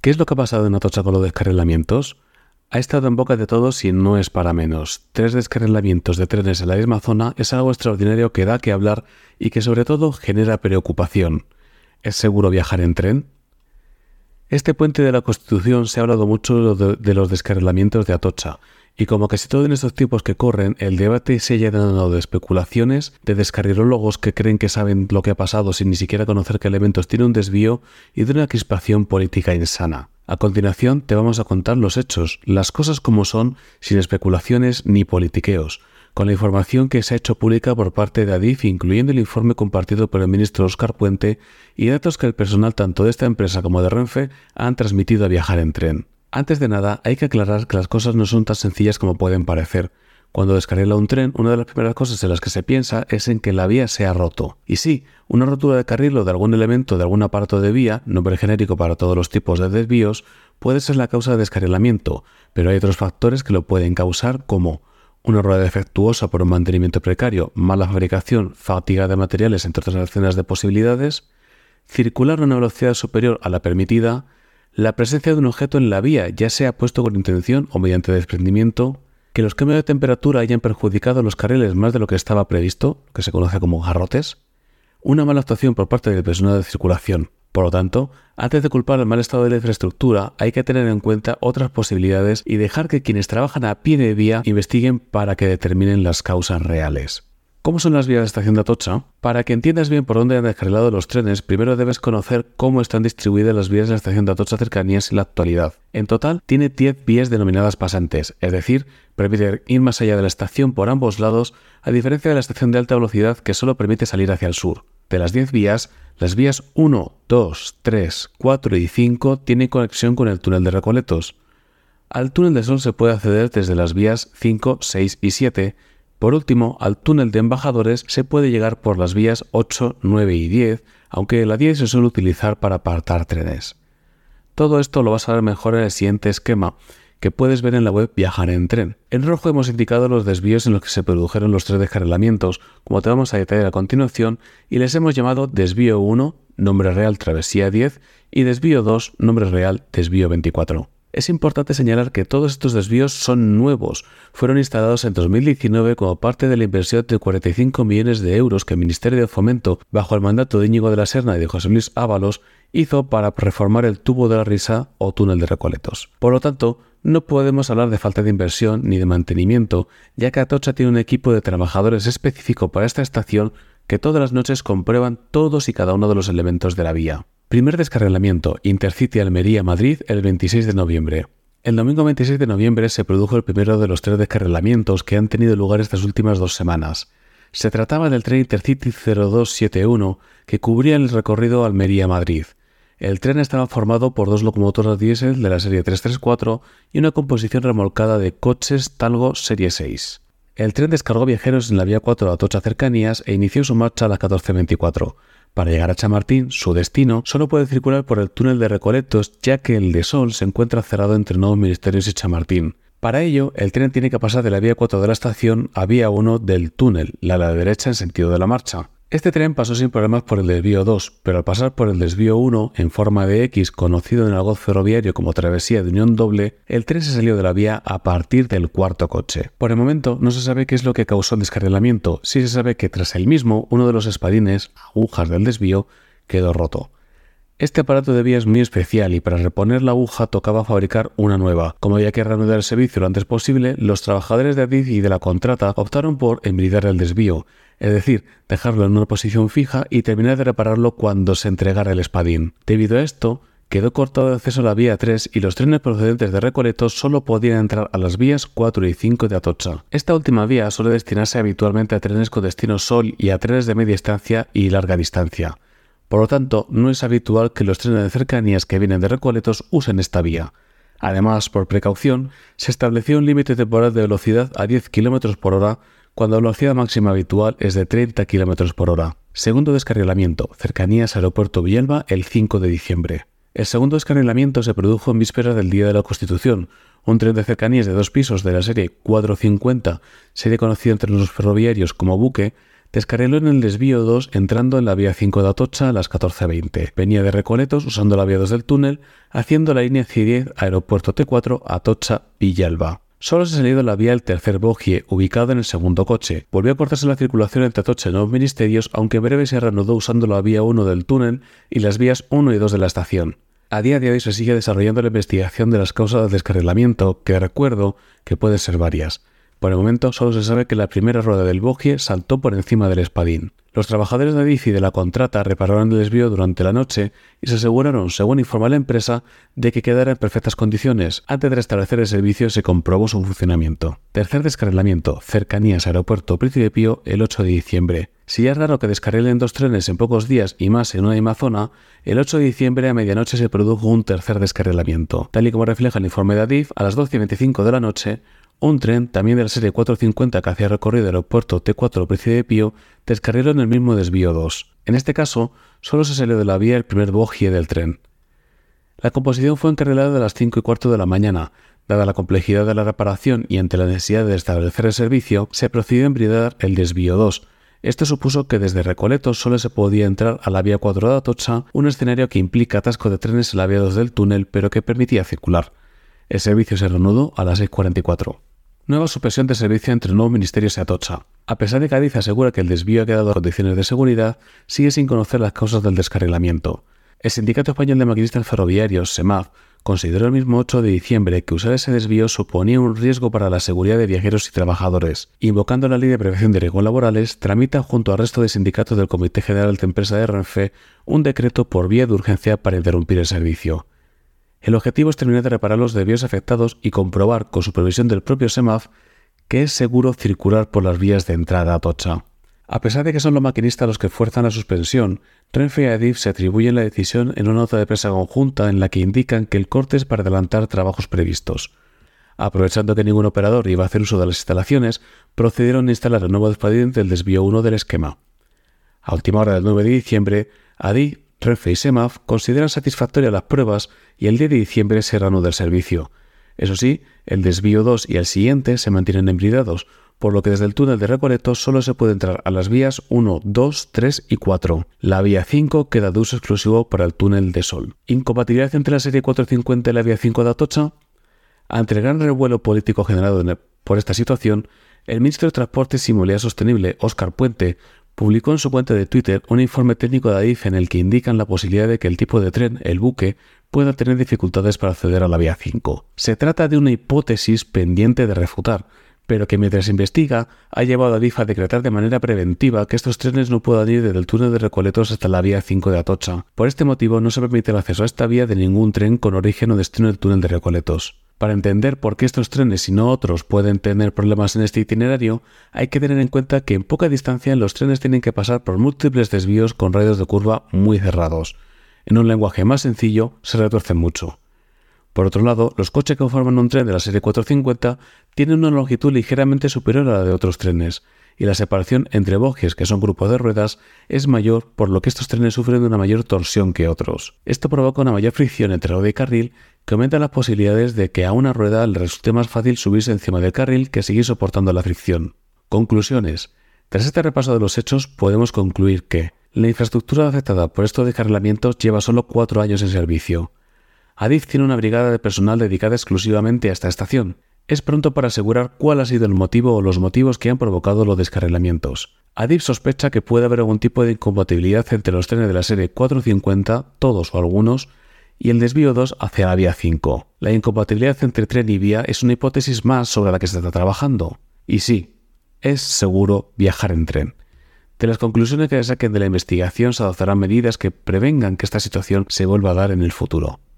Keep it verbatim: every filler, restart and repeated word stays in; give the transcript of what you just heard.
¿Qué es lo que ha pasado en Atocha con los descarrilamientos? Ha estado en boca de todos y no es para menos. Tres descarrilamientos de trenes en la misma zona es algo extraordinario que da que hablar y que sobre todo genera preocupación. ¿Es seguro viajar en tren? Este puente de la Constitución se ha hablado mucho de, de los descarrilamientos de Atocha, y como casi todo en estos tiempos que corren, el debate se ha llenado de especulaciones, de descarrilólogos que creen que saben lo que ha pasado sin ni siquiera conocer qué elementos tiene un desvío, y de una crispación política insana. A continuación te vamos a contar los hechos, las cosas como son, sin especulaciones ni politiqueos, con la información que se ha hecho pública por parte de Adif, incluyendo el informe compartido por el ministro Óscar Puente y datos que el personal tanto de esta empresa como de Renfe han transmitido a viajar en tren. Antes de nada, hay que aclarar que las cosas no son tan sencillas como pueden parecer. Cuando descarrila un tren, una de las primeras cosas en las que se piensa es en que la vía se ha roto. Y sí, una rotura de carril o de algún elemento de algún aparato de vía, nombre genérico para todos los tipos de desvíos, puede ser la causa de descarrilamiento, pero hay otros factores que lo pueden causar, como una rueda defectuosa por un mantenimiento precario, mala fabricación, fatiga de materiales, entre otras decenas de posibilidades, circular a una velocidad superior a la permitida, la presencia de un objeto en la vía, ya sea puesto con intención o mediante desprendimiento, que los cambios de temperatura hayan perjudicado los carriles más de lo que estaba previsto, que se conoce como garrotes, una mala actuación por parte del personal de circulación. Por lo tanto, antes de culpar el mal estado de la infraestructura, hay que tener en cuenta otras posibilidades y dejar que quienes trabajan a pie de vía investiguen para que determinen las causas reales. ¿Cómo son las vías de estación de Atocha? Para que entiendas bien por dónde han descarrilado los trenes, primero debes conocer cómo están distribuidas las vías de la estación de Atocha Cercanías en la actualidad. En total, tiene diez vías denominadas pasantes, es decir, permite ir más allá de la estación por ambos lados, a diferencia de la estación de alta velocidad que solo permite salir hacia el sur. De las diez vías, las vías uno, dos, tres, cuatro y cinco tienen conexión con el túnel de Recoletos. Al túnel de Sol se puede acceder desde las vías cinco, seis y siete. Por último, al túnel de Embajadores se puede llegar por las vías ocho, nueve y diez, aunque la diez se suele utilizar para apartar trenes. Todo esto lo vas a ver mejor en el siguiente esquema, que puedes ver en la web Viajar en Tren. En rojo hemos indicado los desvíos en los que se produjeron los tres descarrilamientos, como te vamos a detallar a continuación, y les hemos llamado desvío uno, nombre real travesía diez, y desvío dos, nombre real desvío veinticuatro. Es importante señalar que todos estos desvíos son nuevos, fueron instalados en dos mil diecinueve como parte de la inversión de cuarenta y cinco millones de euros que el Ministerio de Fomento, bajo el mandato de Íñigo de la Serna y de José Luis Ábalos, hizo para reformar el tubo de la Risa o túnel de Recoletos. Por lo tanto, no podemos hablar de falta de inversión ni de mantenimiento, ya que Atocha tiene un equipo de trabajadores específico para esta estación que todas las noches comprueban todos y cada uno de los elementos de la vía. Primer descarrilamiento, Intercity Almería-Madrid, el veintiséis de noviembre. El domingo veintiséis de noviembre se produjo el primero de los tres descarrilamientos que han tenido lugar estas últimas dos semanas. Se trataba del tren Intercity cero dos siete uno que cubría el recorrido Almería-Madrid. El tren estaba formado por dos locomotoras diésel de la serie trescientos treinta y cuatro y una composición remolcada de coches Talgo serie seis. El tren descargó viajeros en la vía cuatro de Atocha Cercanías e inició su marcha a las catorce veinticuatro. Para llegar a Chamartín, su destino, solo puede circular por el túnel de Recoletos, ya que el de Sol se encuentra cerrado entre Nuevos Ministerios y Chamartín. Para ello, el tren tiene que pasar de la vía cuatro de la estación a vía uno del túnel, la a la derecha en sentido de la marcha. Este tren pasó sin problemas por el desvío dos, pero al pasar por el desvío uno, en forma de X, conocido en el argot ferroviario como travesía de unión doble, el tren se salió de la vía a partir del cuarto coche. Por el momento, no se sabe qué es lo que causó el descarrilamiento, sí se sabe que tras el mismo, uno de los espadines, agujas del desvío, quedó roto. Este aparato de vía es muy especial y para reponer la aguja tocaba fabricar una nueva. Como había que reanudar el servicio lo antes posible, los trabajadores de Adif y de la contrata optaron por embridar el desvío, es decir, dejarlo en una posición fija y terminar de repararlo cuando se entregara el espadín. Debido a esto, quedó cortado el acceso a la vía tres y los trenes procedentes de Recoletos solo podían entrar a las vías cuatro y cinco de Atocha. Esta última vía suele destinarse habitualmente a trenes con destino Sol y a trenes de media distancia y larga distancia. Por lo tanto, no es habitual que los trenes de cercanías que vienen de Recoletos usen esta vía. Además, por precaución, se estableció un límite temporal de velocidad a diez kilómetros por hora cuando la velocidad máxima habitual es de treinta kilómetros por hora. Segundo descarrilamiento, Cercanías Aeropuerto Villalba, el cinco de diciembre. El segundo descarrilamiento se produjo en vísperas del Día de la Constitución. Un tren de cercanías de dos pisos de la serie cuatrocientos cincuenta, serie conocida entre los ferroviarios como Buque, descarriló en el desvío dos entrando en la vía cinco de Atocha a las catorce veinte. Venía de Recoletos usando la vía dos del túnel, haciendo la línea C diez Aeropuerto T cuatro Atocha-Villalba. Solo se ha salido en la vía el tercer bogie, ubicado en el segundo coche. Volvió a cortarse la circulación entre Atocha y Nuevos Ministerios, aunque en breve se reanudó usando la vía uno del túnel y las vías uno y dos de la estación. A día de hoy se sigue desarrollando la investigación de las causas del descarrilamiento, que recuerdo que pueden ser varias. Por el momento solo se sabe que la primera rueda del bogie saltó por encima del espadín. Los trabajadores de Adif y de la contrata repararon el desvío durante la noche y se aseguraron, según informa la empresa, de que quedara en perfectas condiciones. Antes de restablecer el servicio se comprobó su funcionamiento. Tercer descarrilamiento, cercanías Aeropuerto Príncipe Pío, el ocho de diciembre. Si ya es raro que descarrilen dos trenes en pocos días y más en una misma zona, el ocho de diciembre a medianoche se produjo un tercer descarrilamiento. Tal y como refleja el informe de Adif, a las doce y veinticinco de la noche, un tren, también de la serie cuatrocientos cincuenta que hacía recorrido del aeropuerto T cuatro Príncipe Pío, descarriló en el mismo desvío dos. En este caso, solo se salió de la vía el primer bogie del tren. La composición fue encarrilada a las cinco y cuarto de la mañana. Dada la complejidad de la reparación y ante la necesidad de establecer el servicio, se procedió a embridar el desvío dos. Esto supuso que desde Recoletos solo se podía entrar a la vía cuatro de Atocha, un escenario que implica atasco de trenes en la vía dos del túnel, pero que permitía circular. El servicio se reanudó a las seis cuarenta y cuatro. Nueva suspensión de servicio entre Nuevos Ministerios y Atocha. A pesar de que Adif asegura que el desvío ha quedado en condiciones de seguridad, sigue sin conocer las causas del descarrilamiento. El Sindicato Español de Maquinistas Ferroviarios, SEMAF, consideró el mismo ocho de diciembre que usar ese desvío suponía un riesgo para la seguridad de viajeros y trabajadores. Invocando la Ley de Prevención de Riesgos Laborales, tramita junto al resto de sindicatos del Comité General de Empresa de Renfe un decreto por vía de urgencia para interrumpir el servicio. El objetivo es terminar de reparar los desvíos afectados y comprobar, con supervisión del propio SEMAF, que es seguro circular por las vías de entrada a Atocha. A pesar de que son los maquinistas los que fuerzan la suspensión, Renfe y Adif se atribuyen la decisión en una nota de prensa conjunta en la que indican que el corte es para adelantar trabajos previstos. Aprovechando que ningún operador iba a hacer uso de las instalaciones, procedieron a instalar el nuevo espadín del desvío uno del esquema. A última hora del nueve de diciembre, Adif, Renfe y SEMAF consideran satisfactorias las pruebas y el diez de diciembre se reanuda el servicio. Eso sí, el desvío dos y el siguiente se mantienen embridados, por lo que desde el túnel de Recoletos solo se puede entrar a las vías uno, dos, tres y cuatro. La vía cinco queda de uso exclusivo para el túnel de Sol. ¿Incompatibilidad entre la serie cuatrocientos cincuenta y la vía cinco de Atocha? Ante el gran revuelo político generado por esta situación, el ministro de Transportes y Movilidad Sostenible, Óscar Puente, publicó en su cuenta de Twitter un informe técnico de Adif en el que indican la posibilidad de que el tipo de tren, el buque, pueda tener dificultades para acceder a la vía cinco. Se trata de una hipótesis pendiente de refutar, pero que mientras se investiga ha llevado a Adif a decretar de manera preventiva que estos trenes no puedan ir desde el túnel de Recoletos hasta la vía cinco de Atocha. Por este motivo no se permite el acceso a esta vía de ningún tren con origen o destino del túnel de Recoletos. Para entender por qué estos trenes y no otros pueden tener problemas en este itinerario, hay que tener en cuenta que en poca distancia los trenes tienen que pasar por múltiples desvíos con radios de curva muy cerrados. En un lenguaje más sencillo, se retuercen mucho. Por otro lado, los coches que conforman un tren de la serie cuatrocientos cincuenta tienen una longitud ligeramente superior a la de otros trenes, y la separación entre bogies, que son grupos de ruedas, es mayor, por lo que estos trenes sufren de una mayor torsión que otros. Esto provoca una mayor fricción entre rueda y carril, que aumenta las posibilidades de que a una rueda le resulte más fácil subirse encima del carril que seguir soportando la fricción. Conclusiones. Tras este repaso de los hechos, podemos concluir que la infraestructura afectada por estos descarrilamientos lleva solo cuatro años en servicio. Adif tiene una brigada de personal dedicada exclusivamente a esta estación. Es pronto para asegurar cuál ha sido el motivo o los motivos que han provocado los descarrilamientos. Adif sospecha que puede haber algún tipo de incompatibilidad entre los trenes de la serie cuatrocientos cincuenta, todos o algunos, y el desvío dos hacia la vía cinco. La incompatibilidad entre tren y vía es una hipótesis más sobre la que se está trabajando. Y sí, es seguro viajar en tren. De las conclusiones que se saquen de la investigación se adoptarán medidas que prevengan que esta situación se vuelva a dar en el futuro.